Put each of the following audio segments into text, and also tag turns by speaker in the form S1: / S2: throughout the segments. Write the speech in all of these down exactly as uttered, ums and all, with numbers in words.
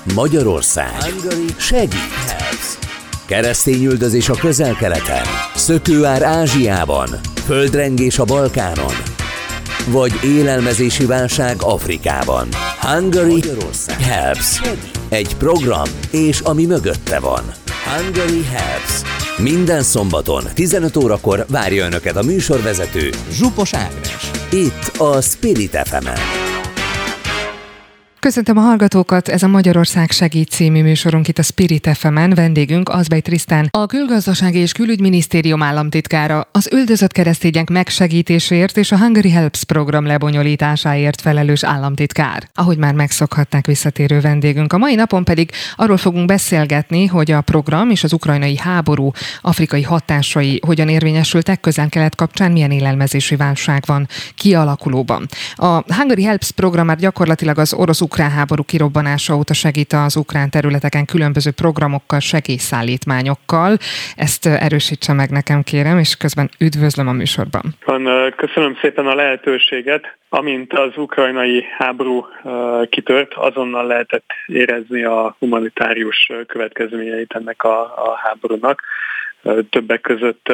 S1: Magyarország segít. Keresztényüldözés a Közel-Keleten, szökőár Ázsiában, földrengés a Balkánon, vagy élelmezési válság Afrikában. Hungary Helps. Egy program, és ami mögötte van. Hungary Helps. Minden szombaton tizenöt órakor várja Önöket a műsorvezető, Zsupos Ágnes. Itt a Spirit ef emen.
S2: Köszöntöm a hallgatókat, ez a Magyarország segít című műsorunk itt a Spirit ef emen. Vendégünk Azbej Trisztán, a Külgazdasági és Külügyminisztérium államtitkára, az üldözött keresztények megsegítéséért és a Hungary Helps program lebonyolításáért felelős államtitkár. Ahogy már megszokhatták, visszatérő vendégünk. A mai napon pedig arról fogunk beszélgetni, hogy a program és az ukrajnai háború afrikai hatásai hogyan érvényesültek, Közel-Kelet kapcsán milyen élelmezési válság van kialakulóban. A Hungary Helps program már gyakorlatilag az orosz-ukrán háború kirobbanása óta segít az ukrán területeken különböző programokkal, segélyszállítmányokkal. Ezt erősítse meg nekem, kérem, és közben üdvözlöm a műsorban.
S3: Köszönöm szépen a lehetőséget. Amint az ukrajnai háború kitört, azonnal lehetett érezni a humanitárius következményeit ennek a, a háborúnak. Többek között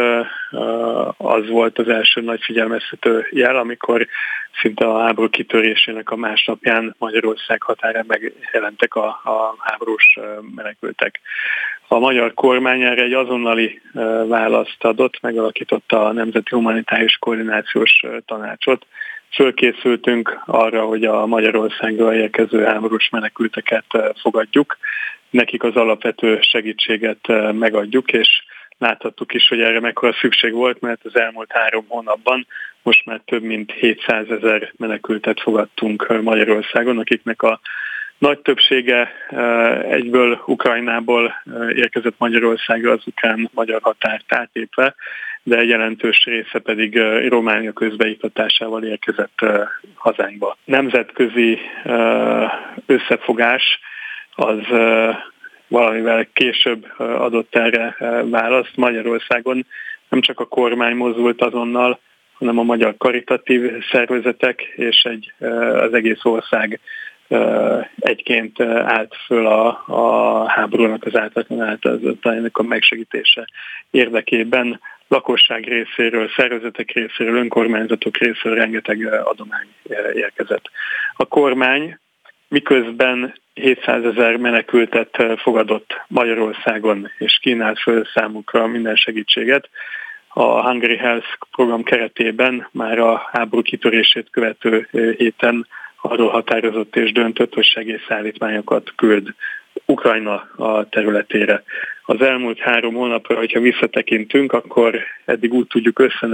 S3: az volt az első nagy figyelmeztető jel, amikor szinte a háború kitörésének a másnapján Magyarország határán megjelentek a, a háborús menekültek. A magyar kormány erre egy azonnali választ adott, megalakította a Nemzeti Humanitárius Koordinációs Tanácsot. Fölkészültünk arra, hogy a Magyarországról érkező háborús menekülteket fogadjuk, nekik az alapvető segítséget megadjuk, és láthattuk is, hogy erre mekkora szükség volt, mert az elmúlt három hónapban most már több mint hétszázezer menekültet fogadtunk Magyarországon, akiknek a nagy többsége egyből Ukrajnából érkezett Magyarországra az ukrán-magyar határt átépve, de egy jelentős része pedig Románia közbeiktatásával érkezett hazánkba. Nemzetközi összefogás az valamivel később adott erre választ. Magyarországon nem csak a kormány mozdult azonnal, hanem a magyar karitatív szervezetek és egy, az egész ország egyként állt föl a, a háborúnak az átlatlan áldozatának a megsegítése érdekében. Lakosság részéről, szervezetek részéről, önkormányzatok részéről rengeteg adomány érkezett. A kormány miközben hétszázezer menekültet fogadott Magyarországon, és kínált föl számukra minden segítséget, a Hungary Helps program keretében már a háború kitörését követő héten arról határozott és döntött, hogy segélyszállítmányokat küld Ukrajna a területére. Az elmúlt három hónapra, hogyha visszatekintünk, akkor eddig úgy tudjuk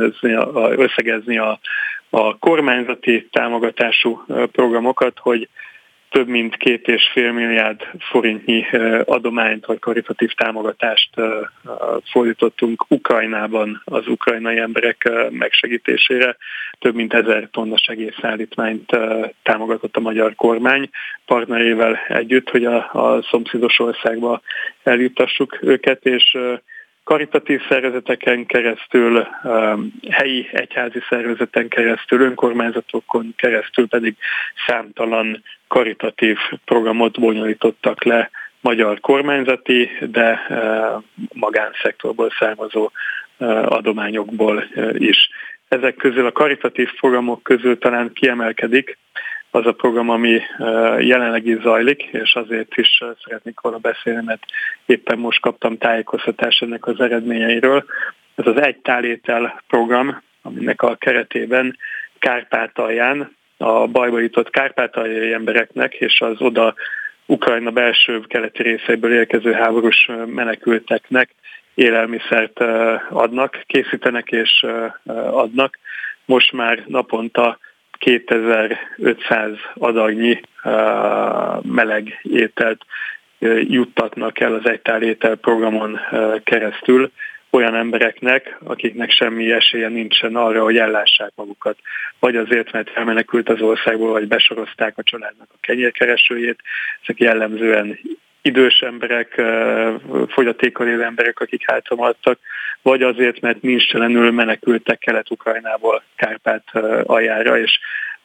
S3: összegezni a, a kormányzati támogatású programokat, hogy több mint két és fél milliárd forintnyi adományt vagy karitatív támogatást fordítottunk Ukrajnában az ukrajnai emberek megsegítésére. Több mint ezer tonna segélyszállítmányt támogatott a magyar kormány partnerével együtt, hogy a, a szomszédos országba eljuttassuk őket, és karitatív szervezeteken keresztül, helyi egyházi szervezeten keresztül, önkormányzatokon keresztül pedig számtalan karitatív programot bonyolítottak le magyar kormányzati, de magánszektorból származó adományokból is. Ezek közül a karitatív programok közül talán kiemelkedik az a program, ami jelenleg is zajlik, és azért is szeretnék volna beszélni, mert éppen most kaptam tájékoztatást ennek az eredményeiről. Ez az Egy Tál Étel program, aminek a keretében Kárpátalján a bajba jutott kárpátaljai embereknek és az oda Ukrajna belső keleti részeiből érkező háborús menekülteknek élelmiszert adnak, készítenek és adnak. Most már naponta kétezer-ötszáz adagnyi uh, meleg ételt uh, juttatnak el az Egy Tál Étel programon uh, keresztül olyan embereknek, akiknek semmi esélye nincsen arra, hogy ellássák magukat. Vagy azért, mert elmenekült az országból, vagy besorozták a családnak a kenyérkeresőjét. Ezek jellemzően idős emberek, fogyatékkal élő emberek, akik hátra maradtak, vagy azért, mert nincsenlenül menekültek Kelet-Ukrajnából Kárpát aljára, és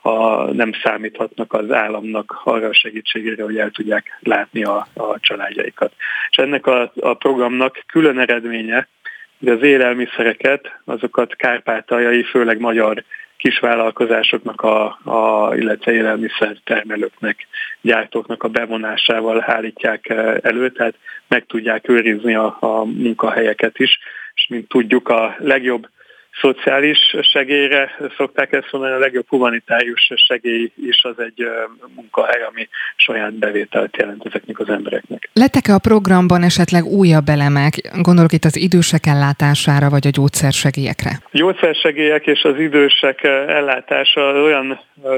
S3: a, nem számíthatnak az államnak arra a segítségére, hogy el tudják látni a, a családjaikat. És ennek a, a programnak külön eredménye, hogy az élelmiszereket, azokat kárpátaljai, főleg magyar kisvállalkozásoknak, a, a, illetve élelmiszertermelőknek, gyártóknak a bevonásával állítják elő, tehát meg tudják őrizni a, a munkahelyeket is, és mint tudjuk, a legjobb szociális segélyre szokták ezt mondani, a legjobb humanitárius segély is az egy munkahely, ami saját bevételt jelent ezeknek az embereknek.
S2: Lettek-e a programban esetleg újabb elemek? Gondolok itt az idősek ellátására, vagy a gyógyszersegélyekre?
S3: A gyógyszersegélyek és az idősek ellátása olyan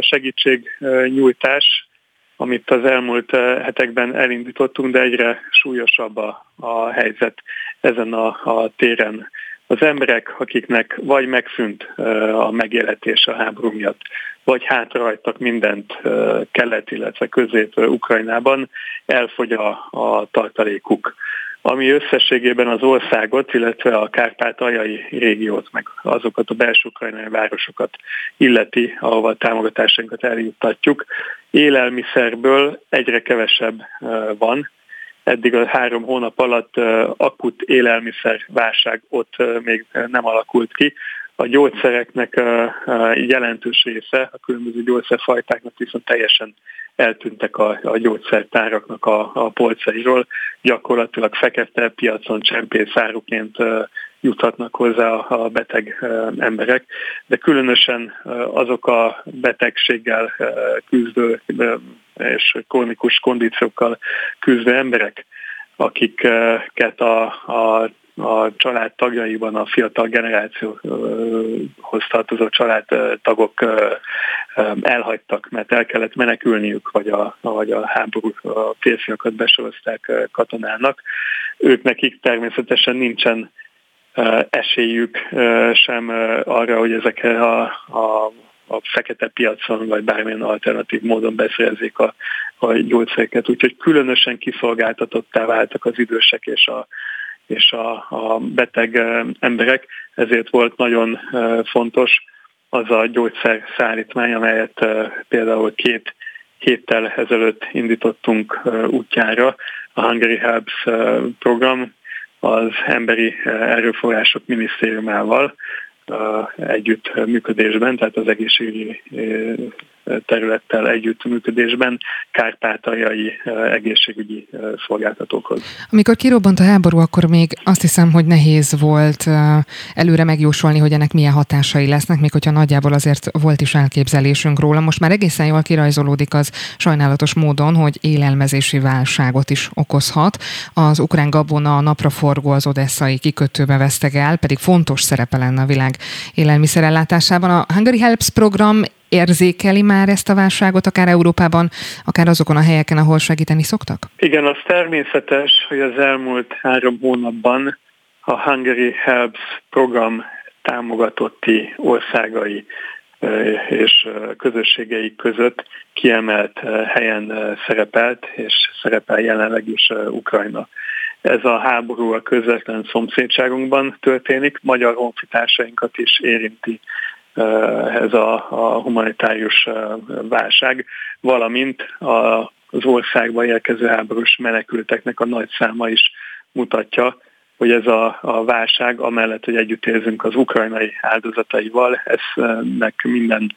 S3: segítségnyújtás, amit az elmúlt hetekben elindítottunk, de egyre súlyosabb a, a helyzet ezen a, a téren. Az emberek, akiknek vagy megszűnt a megélhetés a háború miatt, vagy hátrahagytak mindent kelet, illetve közép-Ukrajnában, elfogy a, a tartalékuk. Ami összességében az országot, illetve a kárpátaljai régiót, meg azokat a belső ukrajnai városokat illeti, ahova a támogatásainkat eljuttatjuk. Élelmiszerből egyre kevesebb van. Eddig a három hónap alatt akut élelmiszerválság ott még nem alakult ki. A gyógyszereknek jelentős része, a különböző gyógyszerfajtáknak viszont teljesen eltűntek a, a gyógyszertáraknak a, a polcairól. Gyakorlatilag fekete piacon csempészáruként juthatnak hozzá a beteg emberek, de különösen azok a betegséggel küzdő és krónikus kondíciókkal küzdő emberek, akiket a, a, a család tagjaiban a fiatal generációhoz tartozó családtagok elhagytak, mert el kellett menekülniük, vagy a, vagy a háború a férfiakat besorozták katonának. Ők nekik természetesen nincsen esélyük sem arra, hogy ezekre a, a, a fekete piacon, vagy bármilyen alternatív módon beszerezzék a, a gyógyszereket. Úgyhogy különösen kiszolgáltatottá váltak az idősek és a, és a, a beteg emberek, ezért volt nagyon fontos az a gyógyszerszállítmány, amelyet például két héttel ezelőtt indítottunk útjára, a Hungary Helps program, az Emberi Erőforrások Minisztériumával együtt működésben, tehát az egészségügyi területtel együtt működésben kárpátaljai egészségügyi szolgáltatókhoz.
S2: Amikor kirobbant a háború, akkor még azt hiszem, hogy nehéz volt előre megjósolni, hogy ennek milyen hatásai lesznek, még hogyha nagyjából azért volt is elképzelésünk róla. Most már egészen jól kirajzolódik az sajnálatos módon, hogy élelmezési válságot is okozhat. Az ukrán gabona napraforgó az odesszai kikötőbe veszteg el, pedig fontos szerepe lenne a világ élelmiszerellátásában. A Hungary Helps program érzékeli már ezt a válságot, akár Európában, akár azokon a helyeken, ahol segíteni szoktak?
S3: Igen, az természetes, hogy az elmúlt három hónapban a Hungary Helps program támogatotti országai és közösségei között kiemelt helyen szerepelt, és szerepel jelenleg is Ukrajna. Ez a háború a közvetlen szomszédságunkban történik, magyar honfitársainkat is érinti ez a, a humanitárius válság, valamint az országba érkező háborús menekülteknek a nagy száma is mutatja, hogy ez a, a válság, amellett, hogy együtt érzünk az ukrajnai áldozataival, eznek minden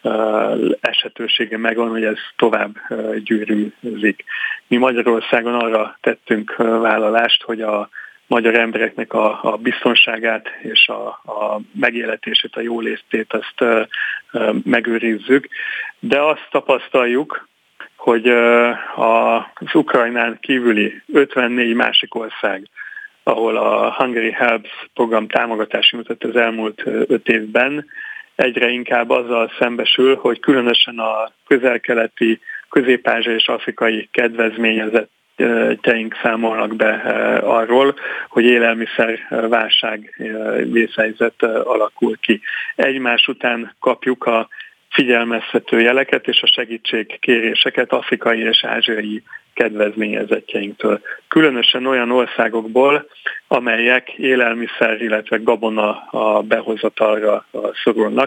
S3: esetősége megvan, hogy ez tovább gyűrűzik. Mi Magyarországon arra tettünk vállalást, hogy a magyar embereknek a, a biztonságát és a, a megélhetését, a jólétét azt ö, ö, megőrizzük, de azt tapasztaljuk, hogy ö, a, az Ukrajnán kívüli ötvennégy másik ország, ahol a Hungary Helps program támogatást nyújtott az elmúlt öt évben, egyre inkább azzal szembesül, hogy különösen a közel-keleti, közép-ázsiai és afrikai kedvezményezett teink számolnak be arról, hogy élelmiszerválság vészhelyzet alakul ki. Egymás után kapjuk a figyelmeztető jeleket és a segítségkéréseket afrikai és ázsiai kedvezményezettjeinktől. Különösen olyan országokból, amelyek élelmiszer, illetve gabona a behozatalra szorulnak,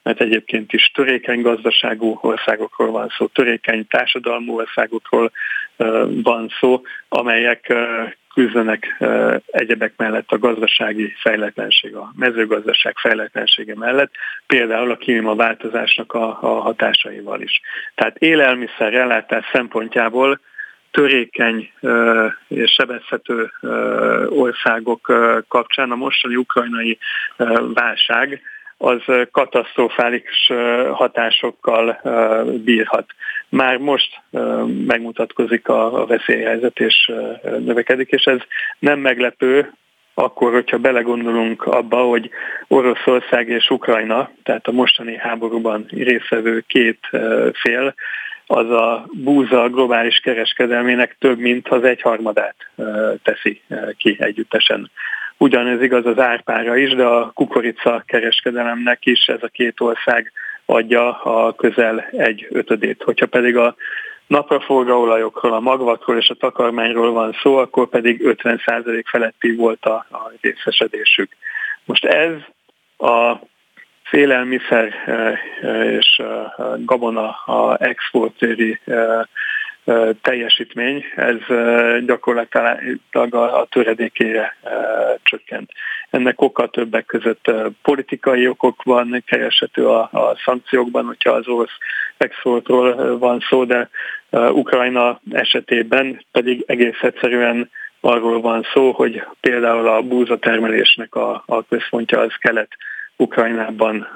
S3: mert egyébként is törékeny gazdaságú országokról van szó, törékeny társadalmú országokról van szó, amelyek küzdenek egyebek mellett a gazdasági fejletlenség, a mezőgazdaság fejletlensége mellett, például a klímaváltozásnak a, a hatásaival is. Tehát élelmiszer ellátás szempontjából törékeny és sebezhető országok kapcsán a mostani ukrajnai válság az katasztrofális hatásokkal bírhat. Már most megmutatkozik a veszélyhelyzet és növekedik, és ez nem meglepő, akkor, hogyha belegondolunk abba, hogy Oroszország és Ukrajna, tehát a mostani háborúban résztvevő két fél, az a búza globális kereskedelmének több mint az egyharmadát teszi ki együttesen. Ugyanez igaz az árpára is, de a kukorica kereskedelemnek is ez a két ország adja a közel egy ötödét. Hogyha pedig a napraforgó olajokról, a magvakról és a takarmányról van szó, akkor pedig ötven százalék feletti volt a, a részesedésük. Most ez a élelmiszer és gabona a exportéri teljesítmény, ez gyakorlatilag a töredékére csökkent. Ennek oka többek között politikai okok van, kereshető a, a szankciókban, hogyha az orosz exportról van szó, de Ukrajna esetében pedig egész egyszerűen arról van szó, hogy például a búzatermelésnek a, a központja az Kelet-Ukrajnában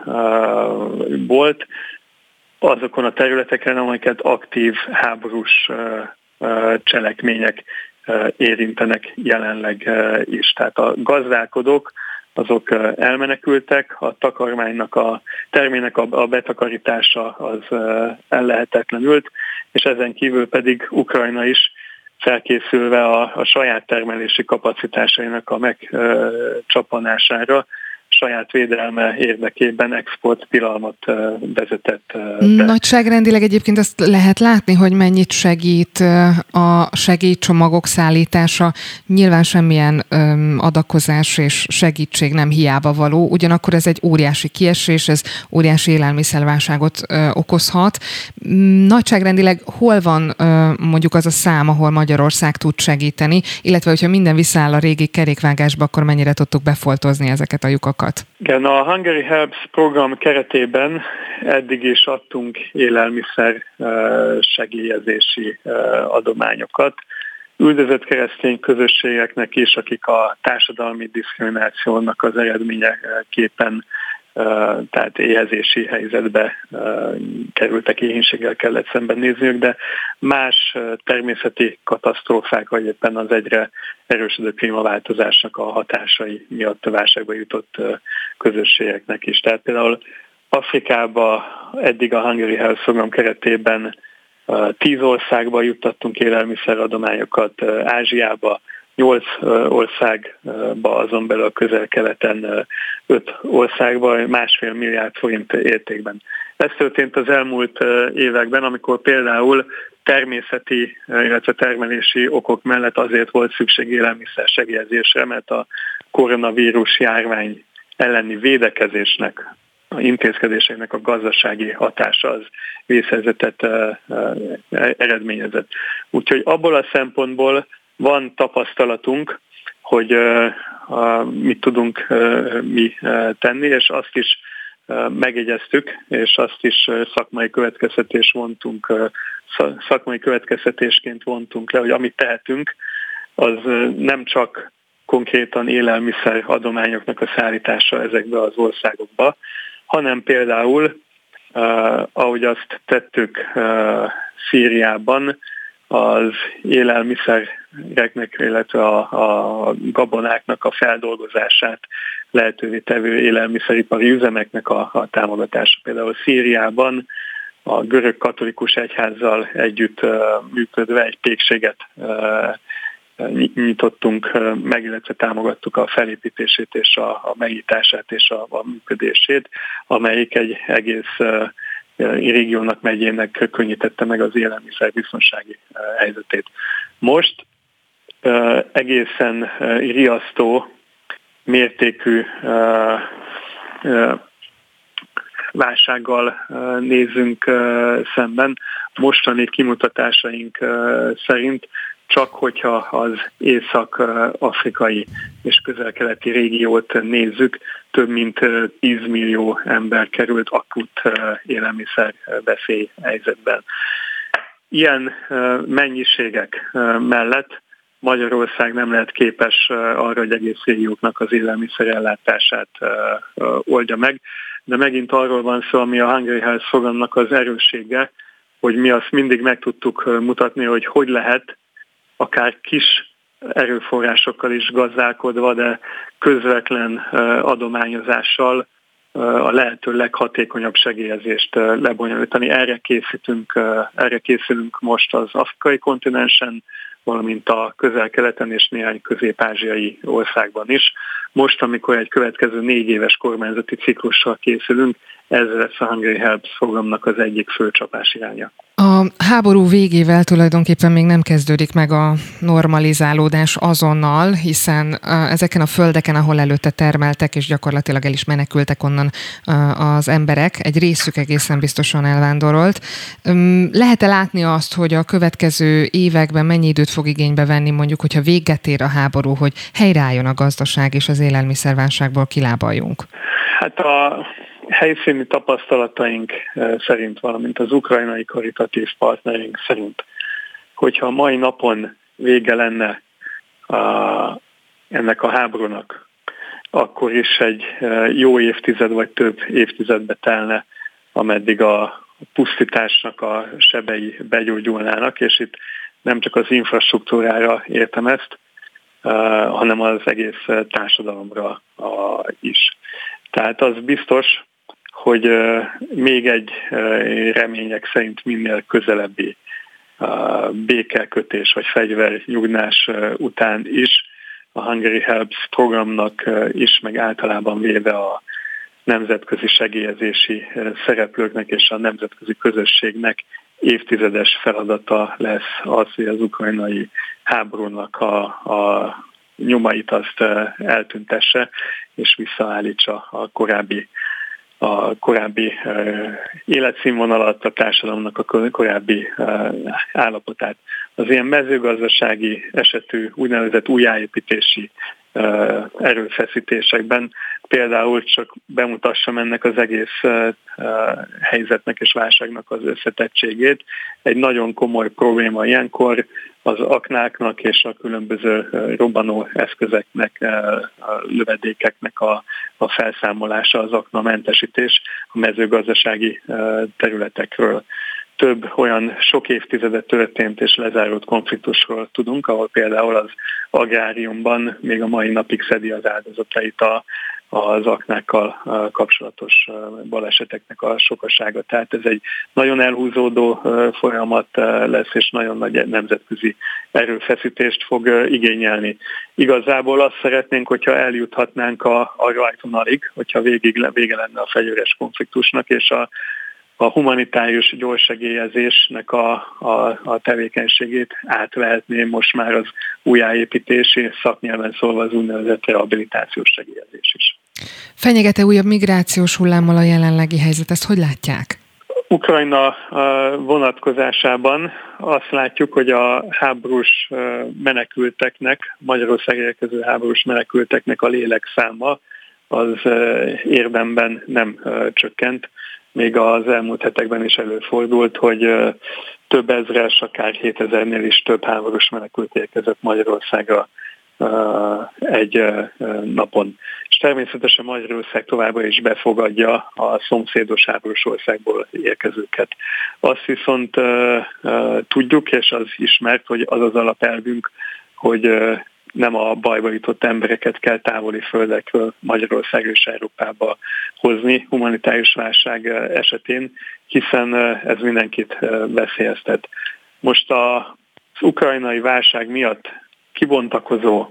S3: volt, azokon a területeken, amelyeket aktív háborús cselekmények érintenek jelenleg is. Tehát a gazdálkodók azok elmenekültek, a takarmánynak a termének a betakarítása az ellehetetlenült, és ezen kívül pedig Ukrajna is felkészülve a, a saját termelési kapacitásainak a megcsapanására, saját védelme érdekében exporttilalmat vezetett be.
S2: Nagyságrendileg egyébként azt lehet látni, hogy mennyit segít a segélycsomagok szállítása. Nyilván semmilyen adakozás és segítség nem hiába való, ugyanakkor ez egy óriási kiesés, ez óriási élelmiszerválságot okozhat. Nagyságrendileg hol van mondjuk az a szám, ahol Magyarország tud segíteni, illetve hogyha minden visszaáll a régi kerékvágásba, akkor mennyire tudtuk befoltozni ezeket a lyukakat?
S3: Igen, a Hungary Helps program keretében eddig is adtunk élelmiszer segélyezési adományokat. Üldözött keresztény közösségeknek is, akik a társadalmi diszkriminációnak az eredményeképpen, tehát éhezési helyzetbe kerültek, éhínséggel kellett szembenézniük, de más természeti katasztrófák, vagy éppen az egyre erősödő klímaváltozásnak a hatásai miatt válságba jutott közösségeknek is. Tehát például Afrikába eddig a Hungary Helps program keretében tíz országba juttattunk élelmiszeradományokat, Ázsiába nyolc országba, azon belül a közel-keleten öt országba, másfél milliárd forint értékben. Ez történt az elmúlt években, amikor például természeti, illetve termelési okok mellett azért volt szükség élelmiszer segélyezésre, mert a koronavírus járvány elleni védekezésnek, a intézkedéseknek a gazdasági hatása az vészhelyzetet eredményezett. Úgyhogy abból a szempontból van tapasztalatunk, hogy uh, mit tudunk uh, mi uh, tenni, és azt is uh, megjegyeztük, és azt is uh, szakmai következtetés vontunk, uh, szakmai következtetésként vontunk le, hogy amit tehetünk, az uh, nem csak konkrétan élelmiszer adományoknak a szállítása ezekbe az országokba, hanem például, uh, ahogy azt tettük uh, Szíriában, az élelmiszereknek, illetve a, a gabonáknak a feldolgozását lehetővé tevő élelmiszeripari üzemeknek a, a támogatása. Például Szíriában a görög katolikus egyházzal együtt uh, működve egy pékséget uh, nyitottunk meg, illetve támogattuk a felépítését és a, a megnyitását és a, a működését, amelyik egy egész uh, régiónak, megyének könnyítette meg az élelmiszerbiztonsági helyzetét. Most uh, egészen uh, riasztó mértékű uh, uh, válsággal nézzünk szemben. Mostani kimutatásaink szerint csak hogyha az észak-afrikai és közel-keleti régiót nézzük, több mint tíz millió ember került akut élelmiszer veszély helyzetben. Ilyen mennyiségek mellett Magyarország nem lehet képes arra, hogy egész régióknak az élelmiszerellátását oldja meg, de megint arról van szó, ami a Hungary Health programnak az erőssége, hogy mi azt mindig meg tudtuk mutatni, hogy hogy lehet akár kis erőforrásokkal is gazdálkodva, de közvetlen adományozással a lehető leghatékonyabb segélyezést lebonyolítani. Erre készítünk, erre készülünk most az afrikai kontinensen, valamint a közel-keleten és néhány közép-ázsiai országban is. Most, amikor egy következő négy éves kormányzati ciklussal készülünk, ez lesz a Hungary Help programnak az egyik fő csapás iránya.
S2: A háború végével tulajdonképpen még nem kezdődik meg a normalizálódás azonnal, hiszen ezeken a földeken, ahol előtte termeltek, és gyakorlatilag el is menekültek onnan az emberek, egy részük egészen biztosan elvándorolt. Lehet-e látni azt, hogy a következő években mennyi időt fog igénybe venni, mondjuk, hogyha véget ér a háború, hogy helyreálljon a gazdaság és az élelmiszerválságból kilábaljunk?
S3: Hát a helyszíni tapasztalataink szerint, valamint az ukrajnai karitatív partnereink szerint, hogyha a mai napon vége lenne a, ennek a háborúnak, akkor is egy jó évtized vagy több évtizedbe telne, ameddig a pusztításnak a sebei begyógyulnának, és itt nem csak az infrastruktúrára értem ezt, hanem az egész társadalomra is. Tehát az biztos, hogy még egy remények szerint minél közelebbi békekötés vagy fegyvernyugvás után is a Hungary Helps programnak is, meg általában véve a nemzetközi segélyezési szereplőknek és a nemzetközi közösségnek évtizedes feladata lesz az, hogy az ukrajnai háborúnak a, a nyomait azt eltüntesse, és visszaállítsa a korábbi, a korábbi életszínvonalat, a társadalomnak a korábbi állapotát. Az ilyen mezőgazdasági esetű úgynevezett újjáépítési erőfeszítésekben például csak bemutassam ennek az egész helyzetnek és válságnak az összetettségét. Egy nagyon komoly probléma ilyenkor az aknáknak és a különböző robbanó eszközeknek, a lövedékeknek a, a felszámolása, az aknamentesítés a mezőgazdasági területekről. Több olyan sok évtizedet történt és lezárult konfliktusról tudunk, ahol például az agráriumban még a mai napig szedi az áldozatait a, az aknákkal kapcsolatos baleseteknek a sokasága. Tehát ez egy nagyon elhúzódó folyamat lesz, és nagyon nagy nemzetközi erőfeszítést fog igényelni. Igazából azt szeretnénk, hogyha eljuthatnánk a, a rajtvonalig, hogyha végig vége lenne a fegyveres konfliktusnak, és a a humanitárius gyorssegélyezésnek a, a, a tevékenységét átvehetné most már az újjáépítés, és szaknyelven szólva az úgynevezett rehabilitációs segélyezés is.
S2: Fenyegete újabb migrációs hullámmal a jelenlegi helyzet, ezt hogy látják?
S3: Ukrajna vonatkozásában azt látjuk, hogy a háborús menekülteknek, Magyarország érkező háborús menekülteknek a lélekszáma az érdemben nem csökkent. Még az elmúlt hetekben is előfordult, hogy több ezres, akár hétezernél is több háborús menekült érkezett Magyarországra egy napon. És természetesen Magyarország továbbra is befogadja a szomszédos háborús országból érkezőket. Azt viszont tudjuk, és az ismert, hogy az az alapelvünk, hogy nem a bajba jutott embereket kell távoli földekről Magyarországra és Európába hozni humanitárius válság esetén, hiszen ez mindenkit veszélyeztet. Most az ukrajnai válság miatt kibontakozó,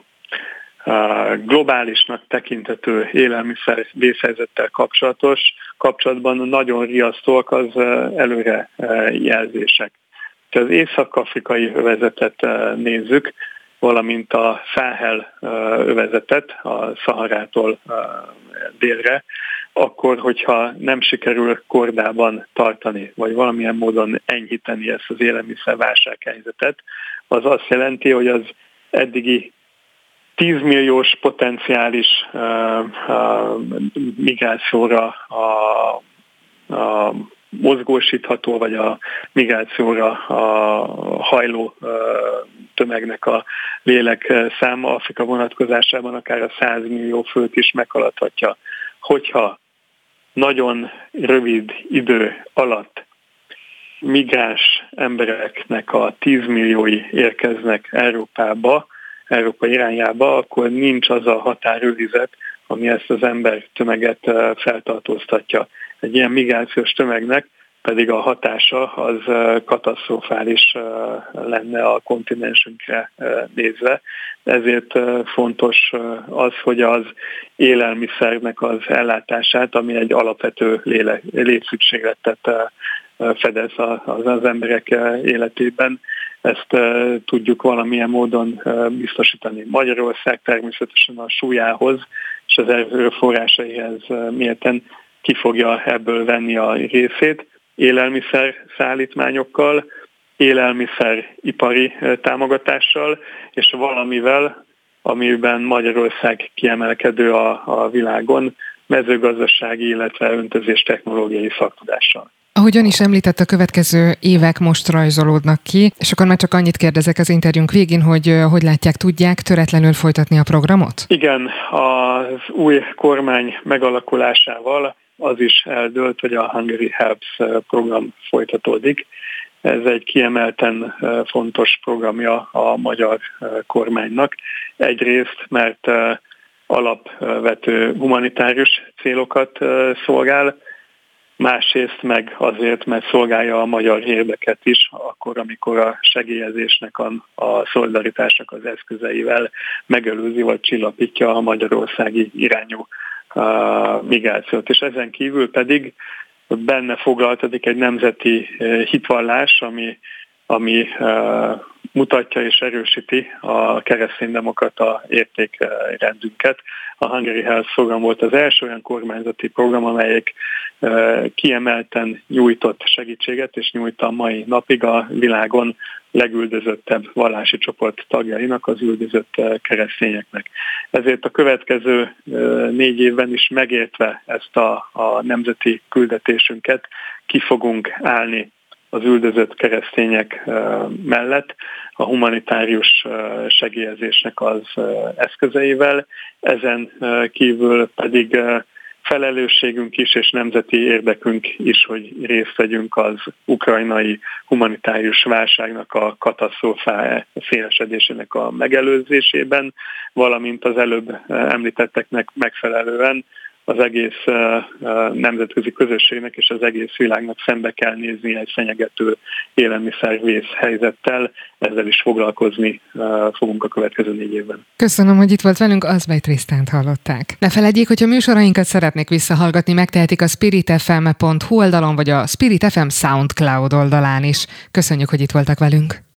S3: globálisnak tekintető élelmiszer vészhelyzettel kapcsolatos kapcsolatban nagyon riasztóak az előrejelzések. Ha az észak-afrikai övezetet nézzük, valamint a Száhel övezetet, a Szaharától délre, akkor, hogyha nem sikerül kordában tartani, vagy valamilyen módon enyhíteni ezt az élelmiszer válsághelyzetet, az azt jelenti, hogy az eddigi tíz milliós potenciális uh, uh, migrációra a, a mozgósítható, vagy a migrációra a hajló uh, tömegnek a lélek száma Afrika vonatkozásában akár a száz millió főt is meghaladhatja. Hogyha nagyon rövid idő alatt migráns embereknek a tízmilliói érkeznek Európába, Európa irányába, akkor nincs az a határőrizet, ami ezt az ember tömeget feltartóztatja. Egy ilyen migrációs tömegnek pedig a hatása az katasztrofális lenne a kontinensünkre nézve. Ezért fontos az, hogy az élelmiszernek az ellátását, ami egy alapvető létszükségletet fedez az, az emberek életében, ezt tudjuk valamilyen módon biztosítani. Magyarország természetesen a súlyához és az erőforrásaihez mérten ki fogja ebből venni a részét, élelmiszer szállítmányokkal, élelmiszeripari támogatással, és valamivel, amiben Magyarország kiemelkedő a, a világon, mezőgazdasági, illetve öntözés technológiai szaktudással.
S2: Ahogy ön is említett, a következő évek most rajzolódnak ki, és akkor már csak annyit kérdezek az interjúnk végén, hogy hogy látják, tudják töretlenül folytatni a programot?
S3: Igen, az új kormány megalakulásával az is eldőlt, hogy a Hungary Helps program folytatódik. Ez egy kiemelten fontos programja a magyar kormánynak. Egyrészt, mert alapvető humanitárius célokat szolgál, másrészt meg azért, mert szolgálja a magyar érdeket is, akkor, amikor a segélyezésnek, a, a szolidaritásnak az eszközeivel megelőzi vagy csillapítja a magyarországi irányú a migrációt. És ezen kívül pedig benne foglaltatik egy nemzeti hitvallás, ami, ami mutatja és erősíti a kereszténydemokrata értékrendünket. A Hungary Helps program volt az első olyan kormányzati program, amelyik kiemelten nyújtott segítséget, és nyújt a mai napig a világon legüldözöttebb vallási csoport tagjainak, az üldözött keresztényeknek. Ezért a következő négy évben is megértve ezt a, a nemzeti küldetésünket, ki fogunk állni az üldözött keresztények mellett a humanitárius segélyezésnek az eszközeivel, ezen kívül pedig felelősségünk is és nemzeti érdekünk is, hogy részt vegyünk az ukrajnai humanitárius válságnak a katasztrófá szélesedésének a megelőzésében, valamint az előbb említetteknek megfelelően az egész nemzetközi közösségnek és az egész világnak szembe kell nézni egy fenyegető élelmiszervész helyzettel, ezzel is foglalkozni fogunk a következő négy évben.
S2: Köszönöm, hogy itt volt velünk, Azbej Trisztánt hallották. Ne feledjék, hogyha műsorainkat szeretnék visszahallgatni, megtehetik a spirit f m pont h u oldalon, vagy a Spirit ef em SoundCloud oldalán is. Köszönjük, hogy itt voltak velünk.